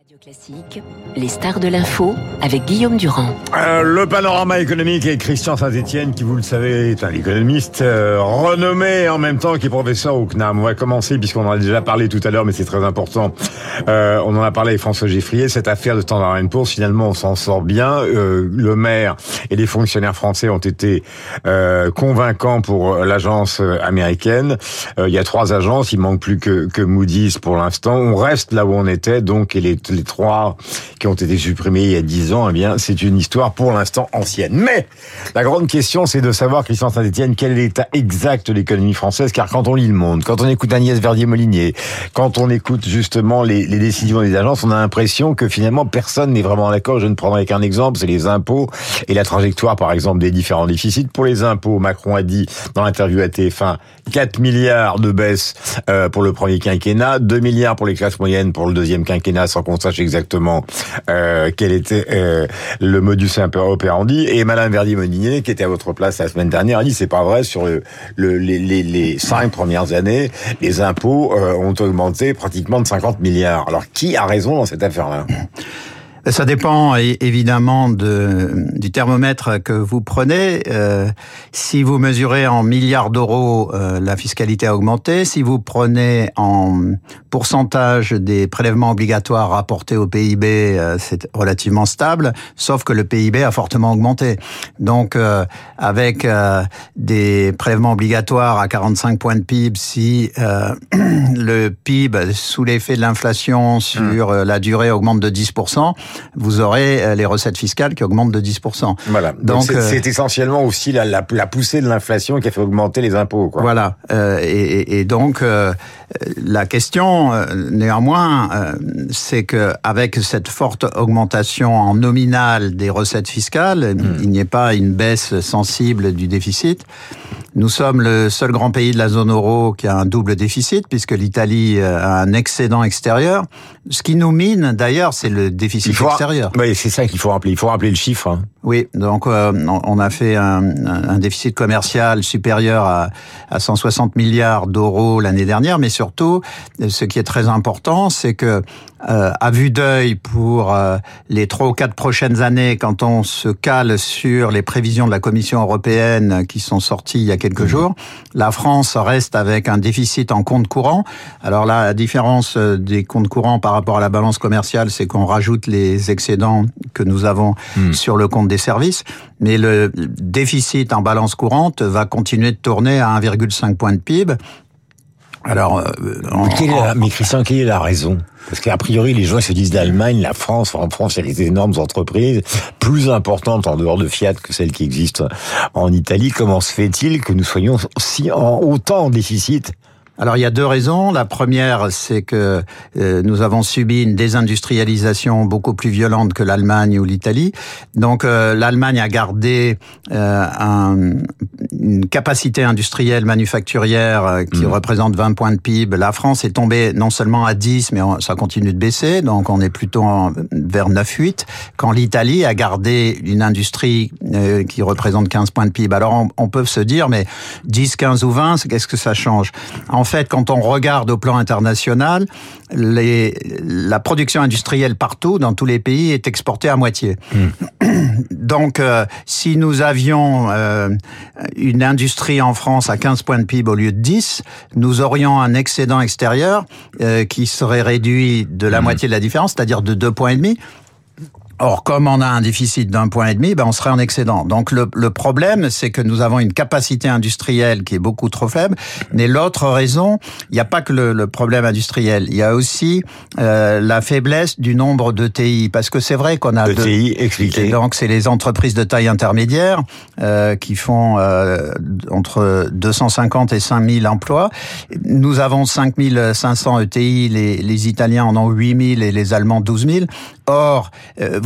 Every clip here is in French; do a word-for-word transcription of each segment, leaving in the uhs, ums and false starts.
Radio Classique, les stars de l'info avec Guillaume Durand. Euh, le panorama économique avec Christian Saint-Etienne, qui vous le savez est un économiste euh, renommé en même temps qui est professeur au C N A M. On va commencer puisqu'on en a déjà parlé tout à l'heure, mais c'est très important. Euh, on en a parlé avec François Geffrier. Cette affaire de Standard and Poor's, finalement, on s'en sort bien. Euh, le maire et les fonctionnaires français ont été euh, convaincants pour l'agence américaine. Euh, il y a trois agences, il manque plus que, que Moody's pour l'instant. On reste là où on était, donc, et les les trois qui ont été supprimés il y a dix ans, eh bien, c'est une histoire pour l'instant ancienne. Mais la grande question, c'est de savoir, Christian Saint-Etienne, quel est l'état exact de l'économie française, car quand on lit Le Monde, quand on écoute Agnès Verdier-Molinier, quand on écoute justement les, les décisions des agences, on a l'impression que finalement personne n'est vraiment d'accord. Je ne prendrai qu'un exemple, c'est les impôts et la trajectoire, par exemple, des différents déficits. Pour les impôts, Macron a dit dans l'interview à T F un, quatre milliards de baisse euh, pour le premier quinquennat, deux milliards pour les classes moyennes pour le deuxième quinquennat, sans qu'on sache exactement euh, quel était euh, le modus operandi. Et Madame Verdier-Molinier, qui était à votre place la semaine dernière, a dit c'est pas vrai, sur le, le, les, les, les cinq premières années, les impôts euh, ont augmenté pratiquement de cinquante milliards. Alors qui a raison dans cette affaire-là ? Ça dépend évidemment de, du thermomètre que vous prenez. Euh, si vous mesurez en milliards d'euros, euh, la fiscalité a augmenté. Si vous prenez en pourcentage des prélèvements obligatoires rapportés au P I B, euh, c'est relativement stable, sauf que le P I B a fortement augmenté. Donc, euh, avec euh, des prélèvements obligatoires à quarante-cinq points de P I B, si euh, le P I B, sous l'effet de l'inflation sur euh, la durée, augmente de dix pour cent, vous aurez les recettes fiscales qui augmentent de dix pour cent. Voilà. Donc, Donc c'est, euh, c'est essentiellement aussi la, la, la poussée de l'inflation qui a fait augmenter les impôts, quoi. Voilà. Euh, et, et donc euh, la question, euh, néanmoins, euh, c'est que avec cette forte augmentation en nominal des recettes fiscales, mmh. il n'y ait pas une baisse sensible du déficit. Nous sommes le seul grand pays de la zone euro qui a un double déficit, puisque l'Italie a un excédent extérieur. Ce qui nous mine, d'ailleurs, c'est le déficit faut, extérieur. Oui, c'est ça qu'il faut rappeler. Il faut rappeler le chiffre. Hein. Oui, donc euh, on a fait un, un déficit commercial supérieur à, à cent soixante milliards d'euros l'année dernière, mais surtout, ce qui est très important, c'est que euh, à vue d'œil pour euh, les trois ou quatre prochaines années, quand on se cale sur les prévisions de la Commission européenne qui sont sorties il y a quelques mmh. jours, la France reste avec un déficit en compte courant. Alors là, la différence des comptes courants par rapport à la balance commerciale, c'est qu'on rajoute les excédents que nous avons mmh. sur le compte des services, mais le déficit en balance courante va continuer de tourner à un virgule cinq point de P I B. Alors, euh, en, mais, quelle est la, mais Christian, quelle est la raison ? Parce qu'a priori, les gens se disent l'Allemagne, la France. En France, il y a des énormes entreprises plus importantes en dehors de Fiat que celles qui existent en Italie. Comment se fait-il que nous soyons si en autant en déficit ? Alors, il y a deux raisons. La première, c'est que euh, nous avons subi une désindustrialisation beaucoup plus violente que l'Allemagne ou l'Italie. Donc, euh, l'Allemagne a gardé euh, un, une capacité industrielle manufacturière euh, qui mmh. représente vingt points de P I B. La France est tombée non seulement à dix, mais on, ça continue de baisser. Donc, on est plutôt en, vers neuf huit. Quand l'Italie a gardé une industrie euh, qui représente quinze points de P I B. Alors, on, on peut se dire, mais dix, quinze ou vingt, qu'est-ce que ça change ? En En fait, quand on regarde au plan international, les, la production industrielle partout, dans tous les pays, est exportée à moitié. Mmh. Donc, euh, si nous avions euh, une industrie en France à quinze points de P I B au lieu de dix, nous aurions un excédent extérieur euh, qui serait réduit de la mmh. moitié de la différence, c'est-à-dire de deux points et demi. Or, comme on a un déficit d'un point et demi, ben on serait en excédent. Donc le, le problème, c'est que nous avons une capacité industrielle qui est beaucoup trop faible. Mais l'autre raison, il n'y a pas que le, le problème industriel, il y a aussi euh, la faiblesse du nombre d'E T I. Parce que c'est vrai qu'on a E T I, expliquez. Donc c'est les entreprises de taille intermédiaire euh, qui font euh, entre deux cent cinquante et cinq mille emplois. Nous avons cinq mille cinq cents E T I, les, les Italiens en ont huit mille et les Allemands douze mille. Or, euh,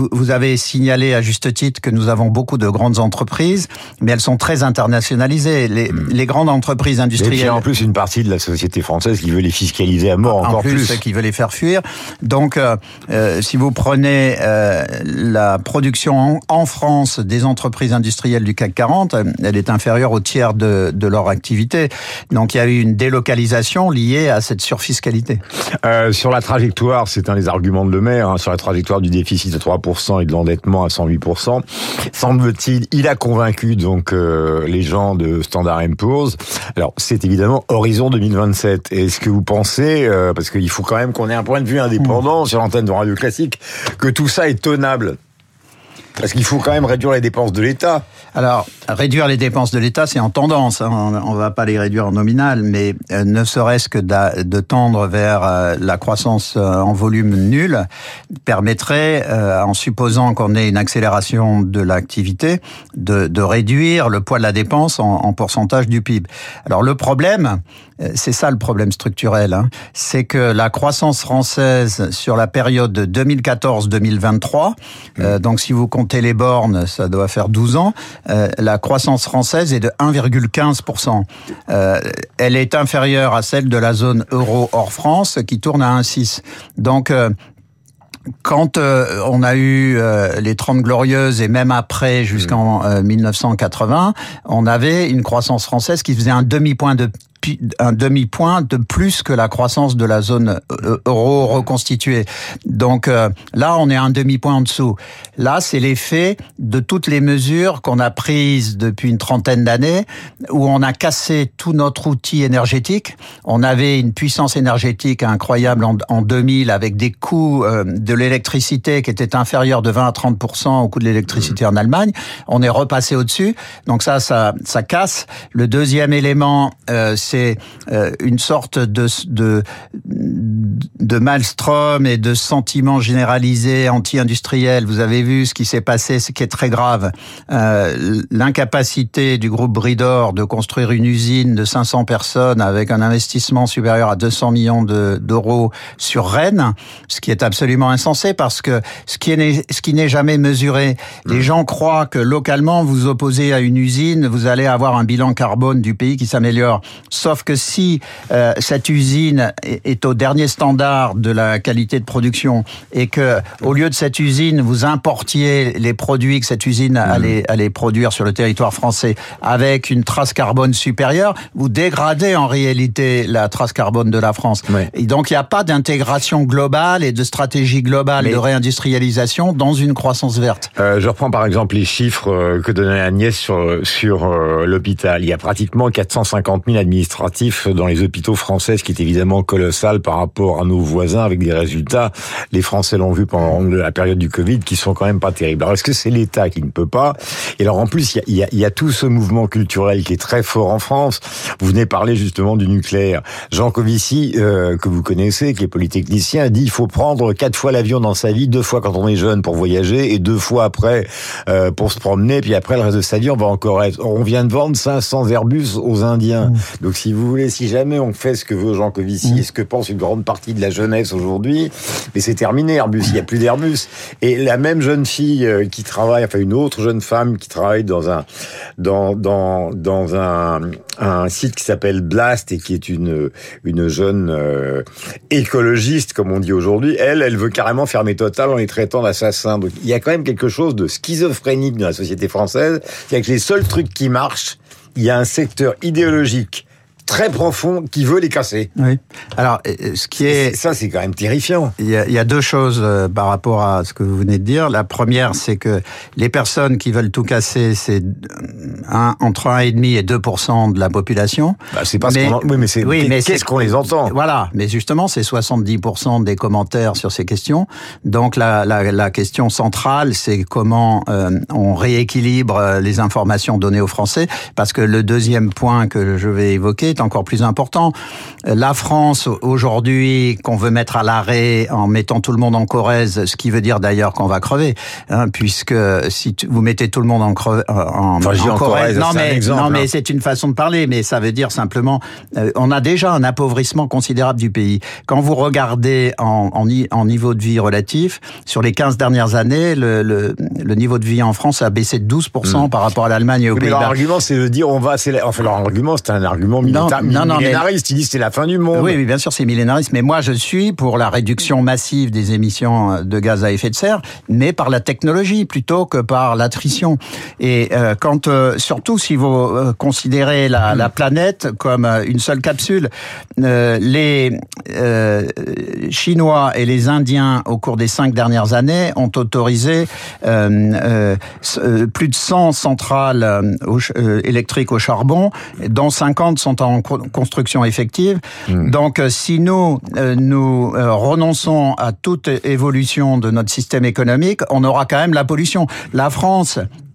vous, vous avez signalé à juste titre que nous avons beaucoup de grandes entreprises, mais elles sont très internationalisées. Les, mmh. les grandes entreprises industrielles... Et puis en plus, une partie de la société française qui veut les fiscaliser à mort en encore plus. plus. Qui veut les faire fuir. Donc, euh, euh, si vous prenez euh, la production en, en France des entreprises industrielles du C A C quarante, elle est inférieure au tiers de, de leur activité. Donc, il y a eu une délocalisation liée à cette surfiscalité. Euh, sur la trajectoire, c'est un des arguments de Le Maire, hein, sur la trajectoire du déficit à trois pour cent et de l'endettement à cent huit pour cent. Semble-t-il, il a convaincu donc euh, les gens de Standard and Poor's. Alors, c'est évidemment horizon deux mille vingt-sept. Est-ce que vous pensez, euh, parce qu'il faut quand même qu'on ait un point de vue indépendant mmh. sur l'antenne de Radio Classique, que tout ça est tenable ? Parce qu'il faut quand même réduire les dépenses de l'État. Alors, réduire les dépenses de l'État, c'est en tendance. Hein. On ne va pas les réduire en nominal, mais euh, ne serait-ce que de tendre vers euh, la croissance euh, en volume nul permettrait, euh, en supposant qu'on ait une accélération de l'activité, de, de réduire le poids de la dépense en, en pourcentage du P I B. Alors, le problème, c'est ça le problème structurel, hein, c'est que la croissance française sur la période de deux mille quatorze deux mille vingt-trois, mmh. euh, donc si vous comptez les bornes, ça doit faire douze ans, euh, la croissance française est de un virgule quinze pour cent. Euh, elle est inférieure à celle de la zone euro hors France qui tourne à un virgule six. Donc, euh, quand euh, on a eu euh, les Trente Glorieuses et même après jusqu'en euh, mille neuf cent quatre-vingts, on avait une croissance française qui faisait un demi-point de un demi-point de plus que la croissance de la zone euro reconstituée. Donc euh, là, on est un demi-point en dessous. Là, c'est l'effet de toutes les mesures qu'on a prises depuis une trentaine d'années, où on a cassé tout notre outil énergétique. On avait une puissance énergétique incroyable en, en deux mille, avec des coûts euh, de l'électricité qui étaient inférieurs de vingt à trente pour cent au coût de l'électricité mmh. en Allemagne. On est repassé au-dessus. Donc ça, ça, ça casse. Le deuxième élément, euh, c'est une sorte de, de, de maelstrom et de sentiment généralisé anti-industriel. Vous avez vu ce qui s'est passé, ce qui est très grave. Euh, l'incapacité du groupe Bridor de construire une usine de cinq cents personnes avec un investissement supérieur à deux cents millions de, d'euros sur Rennes, ce qui est absolument insensé parce que ce qui n'est, ce qui n'est jamais mesuré. Les mmh. gens croient que localement, vous opposez à une usine, vous allez avoir un bilan carbone du pays qui s'améliore. Sauf que si euh, cette usine est, est au dernier standard de la qualité de production et que au lieu de cette usine, vous importiez les produits que cette usine mmh. allait, allait produire sur le territoire français avec une trace carbone supérieure, vous dégradez en réalité la trace carbone de la France. Oui. Et donc il n'y a pas d'intégration globale et de stratégie globale Mais... de réindustrialisation dans une croissance verte. Euh, je reprends par exemple les chiffres que donnait Agnès sur, sur euh, l'hôpital. Il y a pratiquement quatre cent cinquante mille administratifs dans les hôpitaux français, ce qui est évidemment colossal par rapport à nos voisins avec des résultats, les Français l'ont vu pendant la période du Covid, qui sont quand même pas terribles. Alors est-ce que c'est l'État qui ne peut pas? Et alors en plus, il y a, il y a, il y a tout ce mouvement culturel qui est très fort en France. Vous venez parler justement du nucléaire. Jean Covici, euh, que vous connaissez, qui est polytechnicien, a dit il faut prendre quatre fois l'avion dans sa vie, deux fois quand on est jeune pour voyager et deux fois après euh, pour se promener, puis après le reste de sa vie on va encore être... On vient de vendre cinq cents Airbus aux Indiens. Mmh. Donc si vous voulez, si jamais on fait ce que veut Jean Covici, mmh. et ce que pense une grande partie de la jeunesse aujourd'hui, mais c'est terminé Airbus, il n'y a plus d'Airbus. Et la même jeune fille qui travaille, enfin une autre jeune femme qui travaille dans un dans dans dans un un site qui s'appelle Blast et qui est une une jeune euh, écologiste comme on dit aujourd'hui, elle elle veut carrément fermer Total en les traitant d'assassins. Donc il y a quand même quelque chose de schizophrénique dans la société française, c'est que les seuls trucs qui marchent, il y a un secteur idéologique très profond qui veut les casser. Oui. Alors, ce qui est... Ça, c'est quand même terrifiant. Il y a, il y a deux choses euh, par rapport à ce que vous venez de dire. La première, c'est que les personnes qui veulent tout casser, c'est un, entre un virgule cinq et deux pour cent de la population. Bah, c'est pas mais, ce qu'on... En... Oui, mais, c'est... Oui, mais qu'est-ce c'est... qu'on les entend? Voilà. Mais justement, c'est soixante-dix pour cent des commentaires sur ces questions. Donc, la, la, la question centrale, c'est comment euh, on rééquilibre les informations données aux Français. Parce que le deuxième point que je vais évoquer est est encore plus important. La France, aujourd'hui, qu'on veut mettre à l'arrêt en mettant tout le monde en Corrèze, ce qui veut dire d'ailleurs qu'on va crever, hein, puisque si tu, vous mettez tout le monde en, creve, en, enfin, en, en Corrèze, non mais, exemple, non mais hein. c'est une façon de parler, mais ça veut dire simplement, euh, on a déjà un appauvrissement considérable du pays. Quand vous regardez en, en, en niveau de vie relatif, sur les quinze dernières années, le, le, le niveau de vie en France a baissé de douze pour cent mmh. par rapport à l'Allemagne et aux oui, Pays-Bas. Leur argument, c'est de dire on va, c'est la... enfin leur argument, c'est un argument milita... non, non, millénariste. Mais... Ils disent c'est la fin du monde. Oui, oui, bien sûr, c'est millénariste. Mais moi, je suis pour la réduction massive des émissions de gaz à effet de serre, mais par la technologie plutôt que par l'attrition. Et euh, quand, euh, surtout, si vous euh, considérez la, mmh. la planète comme une seule capsule, euh, les euh, Chinois et les Indiens, au cours des cinq dernières années, ont autorisé euh, euh, plus de cent centrales euh, électriques au charbon, dont cinquante sont en construction effective. Mmh. Donc, si nous euh, nous euh, renonçons à toute évolution de notre système économique, on aura quand même la pollution. La France...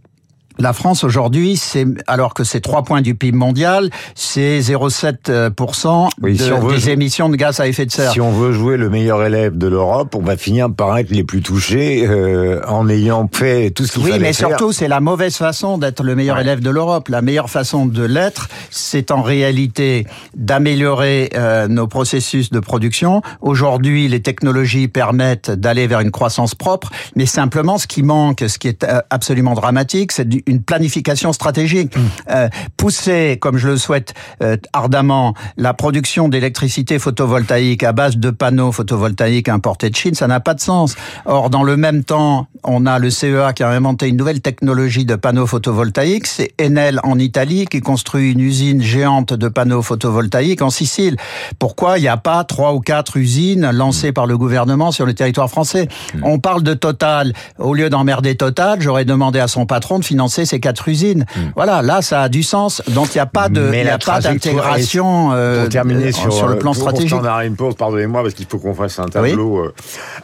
La France aujourd'hui, c'est alors que c'est trois points du P I B mondial, c'est zéro virgule sept pour cent oui, de, si on veut des jouer, émissions de gaz à effet de serre. Si on veut jouer le meilleur élève de l'Europe, on va finir par être les plus touchés euh, en ayant fait tout ce qu'il oui, fallait faire. Oui, mais surtout, c'est la mauvaise façon d'être le meilleur ouais. élève de l'Europe. La meilleure façon de l'être, c'est en réalité d'améliorer euh, nos processus de production. Aujourd'hui, les technologies permettent d'aller vers une croissance propre, mais simplement, ce qui manque, ce qui est absolument dramatique, c'est du une planification stratégique. Mmh. Euh, pousser, comme je le souhaite euh, ardemment, la production d'électricité photovoltaïque à base de panneaux photovoltaïques importés de Chine, ça n'a pas de sens. Or, dans le même temps, on a le C E A qui a inventé une nouvelle technologie de panneaux photovoltaïques. C'est Enel en Italie qui construit une usine géante de panneaux photovoltaïques en Sicile. Pourquoi il n'y a pas trois ou quatre usines lancées par le gouvernement sur le territoire français? Mmh. On parle de Total. Au lieu d'emmerder Total, j'aurais demandé à son patron de financer ces quatre usines. Mmh. Voilà, là, ça a du sens. Donc, il n'y a pas de, il y a pas d'intégration euh, pour terminer sur, sur le plan pour, stratégique. Pour standard impose, pardonnez-moi, parce qu'il faut qu'on fasse un tableau oui.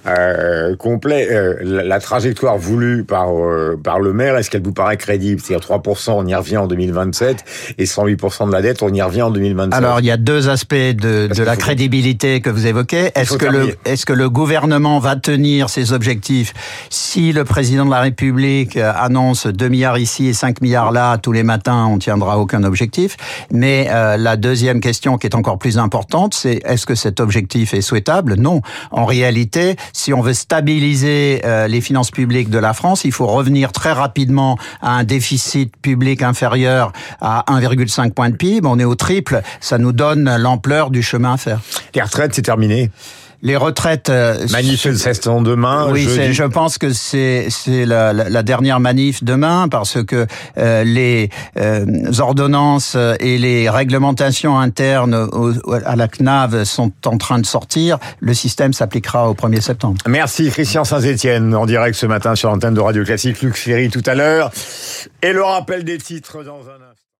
euh, complet. Euh, la, la trajectoire voulue par euh, par le maire, est-ce qu'elle vous paraît crédible? C'est-à-dire trois pour cent, on y revient en deux mille vingt-sept, et cent huit pour cent de la dette, on y revient en deux mille vingt-sept. Alors, il y a deux aspects de, de la crédibilité que vous évoquez. Est-ce que le, est-ce que le gouvernement va tenir ses objectifs? Si le président de la République annonce deux milliards ici et cinq milliards là, tous les matins, on tiendra aucun objectif. Mais euh, la deuxième question qui est encore plus importante, c'est est-ce que cet objectif est souhaitable? Non. En réalité, si on veut stabiliser euh, les finances publiques de la France, il faut revenir très rapidement à un déficit public inférieur à un virgule cinq point de P I B. On est au triple. Ça nous donne l'ampleur du chemin à faire. Les retraites, c'est terminé. Les retraites... Euh, Manifestation demain. Oui, jeudi. c'est, je pense que c'est, c'est la, la, la dernière manif demain parce que euh, les euh, ordonnances et les réglementations internes au, à la C N A V sont en train de sortir. Le système s'appliquera au premier septembre. Merci Christian Saint-Étienne, en direct ce matin sur l'antenne de Radio Classique. Luc Ferry tout à l'heure. Et le rappel des titres dans un instant.